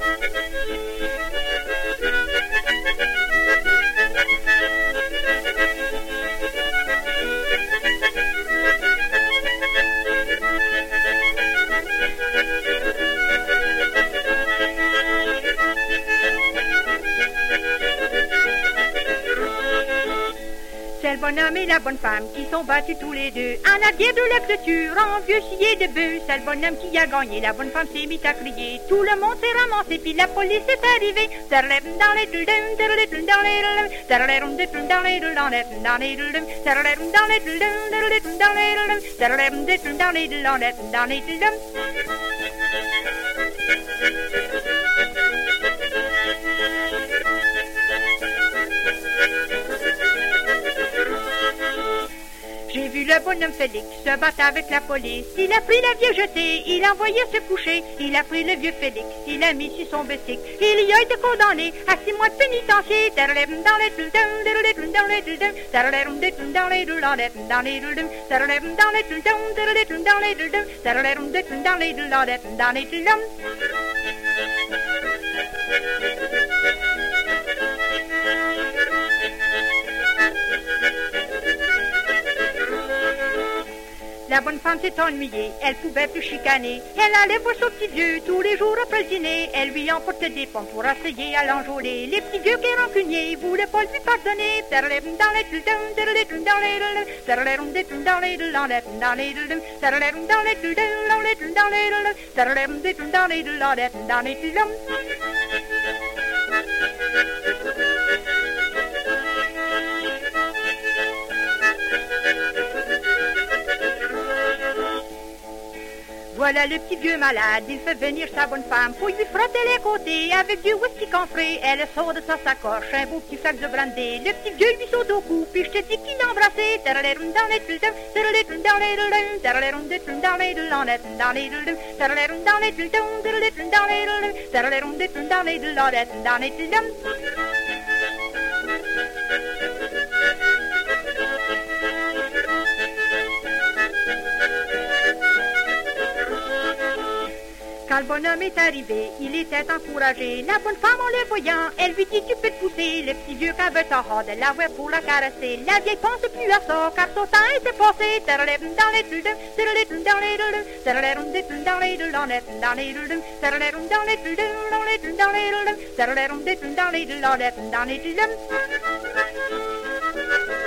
C'est le bonhomme et la bonne femme qui sont battus tous les deux à la guerre de la clôture en vieux scié de bœuf. C'est le bonhomme qui a gagné, la bonne femme s'est mise à crier. Tout le monde s'est ramassé, puis la police est arrivée. J'ai vu le bonhomme Félix se battre avec la police. Il a pris le vieux jeté, il a envoyé se coucher. Il a pris le vieux Félix, il a mis sur son bicycle. Il y a été condamné à 6 mois de pénitencier. La bonne femme s'est ennuyée, elle pouvait plus chicaner. Elle allait voir son petit vieux tous les jours après le dîner. Elle lui emportait des pommes pour essayer à l'enjôler. Les petits vieux qui rancuniers voulaient pas lui pardonner. Voilà le petit vieux malade, il fait venir sa bonne femme pour lui frotter les côtés avec du whisky camphré. Elle sort de sa sacoche un beau petit sac de brandy. Le petit vieux lui saute au cou, puis je te dis qu'il l'embrassait. Quand le bonhomme est arrivé, il était encouragé. La bonne femme, en le voyant, elle lui dit tu peux te pousser. Le petit vieux qui avait tort de la voir pour la caresser. La vieille pense plus à ça, car son temps était passé. Dans les